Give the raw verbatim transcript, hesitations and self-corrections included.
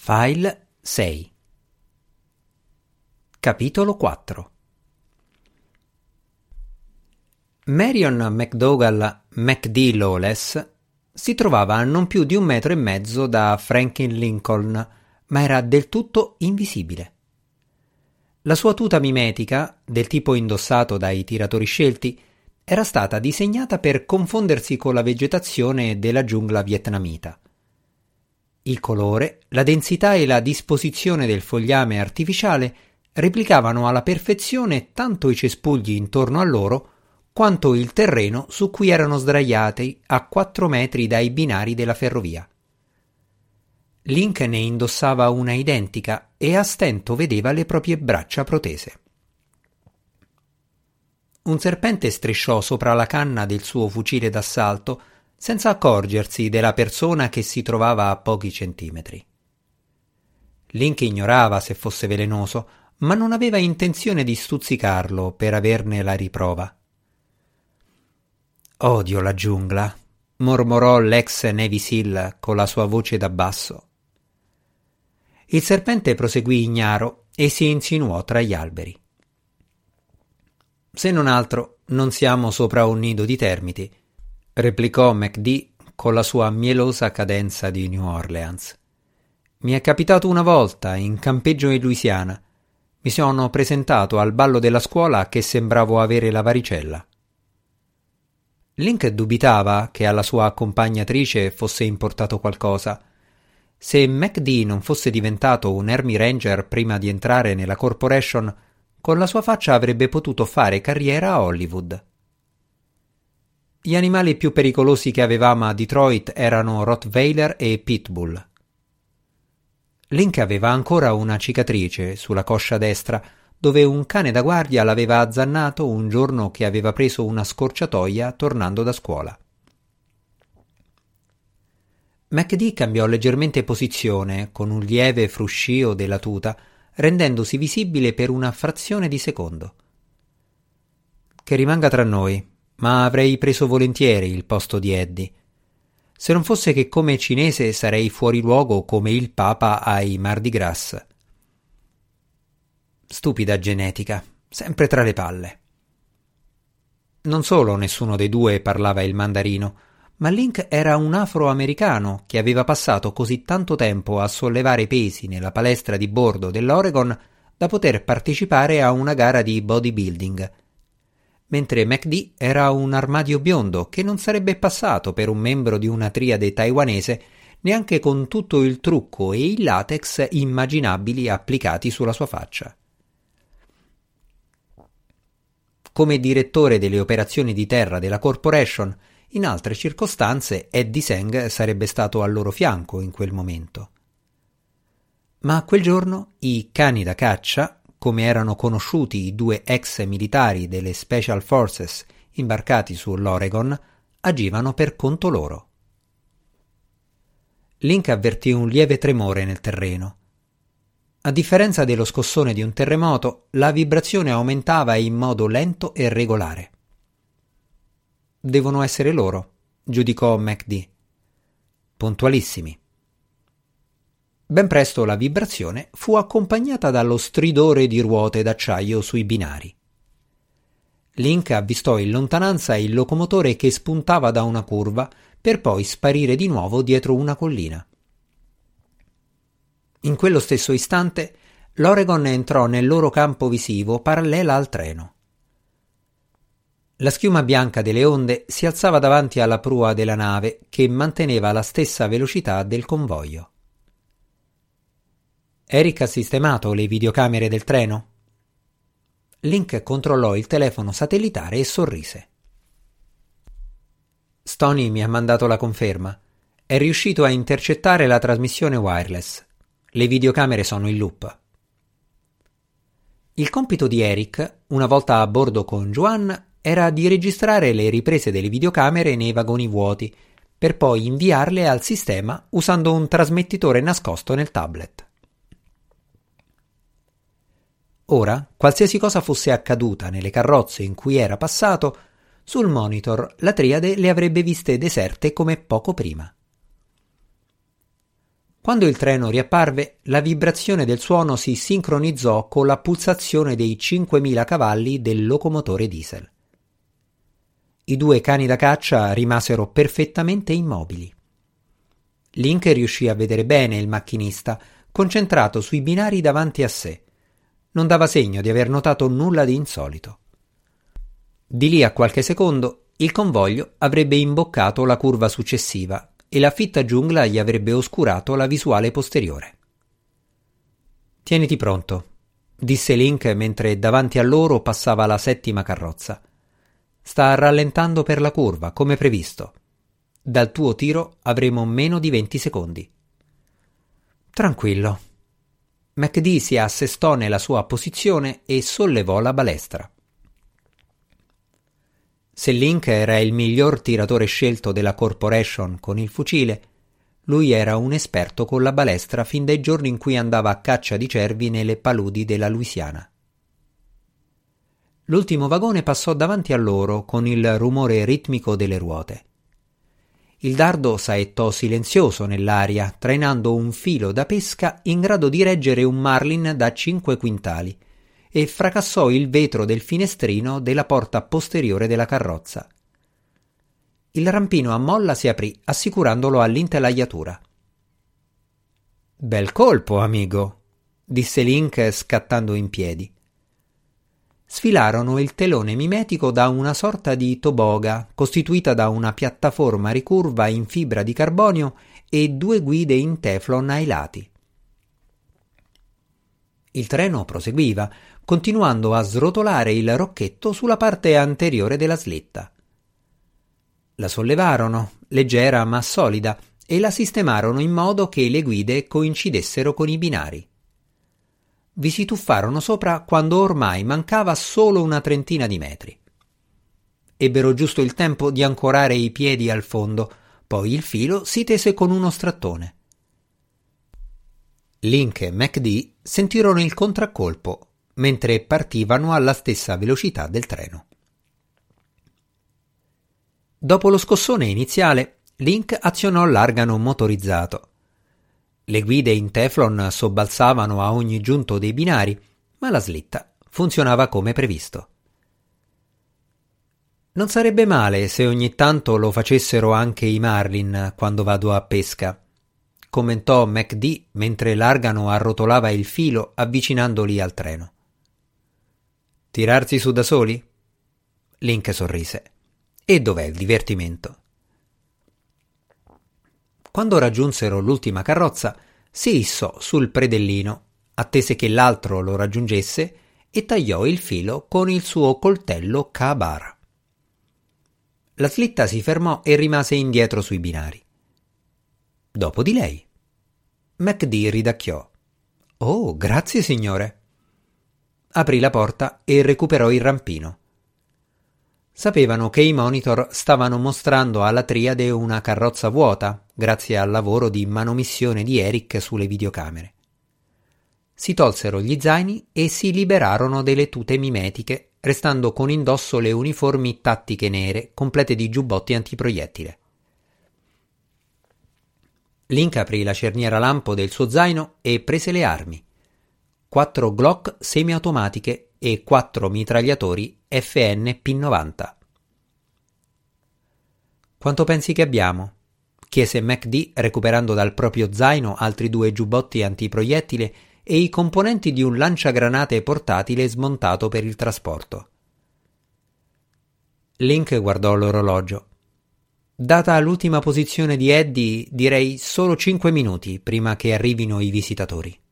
File sei. Capitolo quattro. Marion McDougall McD Lawless si trovava a non più di un metro e mezzo da Franklin Lincoln, ma era del tutto invisibile. La sua tuta mimetica, del tipo indossato dai tiratori scelti, era stata disegnata per confondersi con la vegetazione della giungla vietnamita. Il colore, la densità e la disposizione del fogliame artificiale replicavano alla perfezione tanto i cespugli intorno a loro quanto il terreno su cui erano sdraiati a quattro metri dai binari della ferrovia. Link ne indossava una identica e a stento vedeva le proprie braccia protese. Un serpente strisciò sopra la canna del suo fucile d'assalto senza accorgersi della persona che si trovava a pochi centimetri. Link ignorava se fosse velenoso, ma non aveva intenzione di stuzzicarlo per averne la riprova. «Odio la giungla», mormorò l'ex Navy SEAL con la sua voce da basso. Il serpente proseguì ignaro e si insinuò tra gli alberi. «Se non altro, non siamo sopra un nido di termiti», replicò McD con la sua mielosa cadenza di New Orleans. «Mi è capitato una volta in campeggio in Louisiana. Mi sono presentato al ballo della scuola che sembravo avere la varicella». Link dubitava che alla sua accompagnatrice fosse importato qualcosa. Se McD non fosse diventato un Army Ranger prima di entrare nella Corporation, con la sua faccia avrebbe potuto fare carriera a Hollywood. Gli animali più pericolosi che avevamo a Detroit erano Rottweiler e Pitbull. Link aveva ancora una cicatrice sulla coscia destra, dove un cane da guardia l'aveva azzannato un giorno che aveva preso una scorciatoia tornando da scuola. McD cambiò leggermente posizione con un lieve fruscio della tuta, rendendosi visibile per una frazione di secondo. «Che rimanga tra noi, ma avrei preso volentieri il posto di Eddie. Se non fosse che come cinese sarei fuori luogo come il Papa ai Mardi Gras». Stupida genetica, sempre tra le palle. Non solo nessuno dei due parlava il mandarino, ma Link era un afroamericano che aveva passato così tanto tempo a sollevare pesi nella palestra di bordo dell'Oregon da poter partecipare a una gara di bodybuilding, mentre McD era un armadio biondo che non sarebbe passato per un membro di una triade taiwanese neanche con tutto il trucco e il latex immaginabili applicati sulla sua faccia. Come direttore delle operazioni di terra della Corporation, in altre circostanze Eddie Seng sarebbe stato al loro fianco in quel momento. Ma quel giorno i cani da caccia, come erano conosciuti i due ex militari delle Special Forces imbarcati sull'Oregon, agivano per conto loro. Link avvertì un lieve tremore nel terreno. A differenza dello scossone di un terremoto, la vibrazione aumentava in modo lento e regolare. «Devono essere loro», giudicò McD. «Puntualissimi». Ben presto la vibrazione fu accompagnata dallo stridore di ruote d'acciaio sui binari. Link avvistò in lontananza il locomotore che spuntava da una curva per poi sparire di nuovo dietro una collina. In quello stesso istante l'Oregon entrò nel loro campo visivo parallela al treno. La schiuma bianca delle onde si alzava davanti alla prua della nave che manteneva la stessa velocità del convoglio. «Eric ha sistemato le videocamere del treno?» Link controllò il telefono satellitare e sorrise. «Stoney mi ha mandato la conferma. È riuscito a intercettare la trasmissione wireless. Le videocamere sono in loop». Il compito di Eric, una volta a bordo con Joan, era di registrare le riprese delle videocamere nei vagoni vuoti, per poi inviarle al sistema usando un trasmettitore nascosto nel tablet. Ora, qualsiasi cosa fosse accaduta nelle carrozze in cui era passato, sul monitor la triade le avrebbe viste deserte come poco prima. Quando il treno riapparve, la vibrazione del suono si sincronizzò con la pulsazione dei cinquemila cavalli del locomotore diesel. I due cani da caccia rimasero perfettamente immobili. Link riuscì a vedere bene il macchinista, concentrato sui binari davanti a sé. Non dava segno di aver notato nulla di insolito. Di lì a qualche secondo il convoglio avrebbe imboccato la curva successiva e la fitta giungla gli avrebbe oscurato la visuale posteriore. «Tieniti pronto», disse Link mentre davanti a loro passava la settima carrozza. «Sta rallentando per la curva, come previsto. Dal tuo tiro avremo meno di venti secondi». «Tranquillo». MacD si assestò nella sua posizione e sollevò la balestra. Se Link era il miglior tiratore scelto della Corporation con il fucile, lui era un esperto con la balestra fin dai giorni in cui andava a caccia di cervi nelle paludi della Louisiana. L'ultimo vagone passò davanti a loro con il rumore ritmico delle ruote. Il dardo saettò silenzioso nell'aria, trainando un filo da pesca in grado di reggere un marlin da cinque quintali, e fracassò il vetro del finestrino della porta posteriore della carrozza. Il rampino a molla si aprì, assicurandolo all'intelaiatura. «Bel colpo, amigo», disse Link scattando in piedi. Sfilarono il telone mimetico da una sorta di toboga costituita da una piattaforma ricurva in fibra di carbonio e due guide in teflon ai lati. Il treno proseguiva, continuando a srotolare il rocchetto sulla parte anteriore della slitta. La sollevarono, leggera ma solida, e la sistemarono in modo che le guide coincidessero con i binari. Vi si tuffarono sopra quando ormai mancava solo una trentina di metri. Ebbero giusto il tempo di ancorare i piedi al fondo, poi il filo si tese con uno strattone. Link e MacD sentirono il contraccolpo, mentre partivano alla stessa velocità del treno. Dopo lo scossone iniziale, Link azionò l'argano motorizzato. Le guide in teflon sobbalzavano a ogni giunto dei binari, ma la slitta funzionava come previsto. «Non sarebbe male se ogni tanto lo facessero anche i marlin quando vado a pesca», commentò MacD mentre l'argano arrotolava il filo avvicinandoli al treno. «Tirarsi su da soli?» Link sorrise. «E dov'è il divertimento?» Quando raggiunsero l'ultima carrozza, si issò sul predellino, attese che l'altro lo raggiungesse e tagliò il filo con il suo coltello Ka-Bar. La slitta si fermò e rimase indietro sui binari. «Dopo di lei». MacD ridacchiò. «Oh, grazie, signore». Aprì la porta e recuperò il rampino. Sapevano che i monitor stavano mostrando alla triade una carrozza vuota, grazie al lavoro di manomissione di Eric sulle videocamere. Si tolsero gli zaini e si liberarono delle tute mimetiche, restando con indosso le uniformi tattiche nere, complete di giubbotti antiproiettile. Link aprì la cerniera lampo del suo zaino e prese le armi. Quattro Glock semiautomatiche e quattro mitragliatori F N P novanta. «Quanto pensi che abbiamo?» chiese MacD recuperando dal proprio zaino altri due giubbotti antiproiettile e i componenti di un lanciagranate portatile smontato per il trasporto. Link guardò l'orologio. «Data l'ultima posizione di Eddie, direi solo cinque minuti prima che arrivino i visitatori».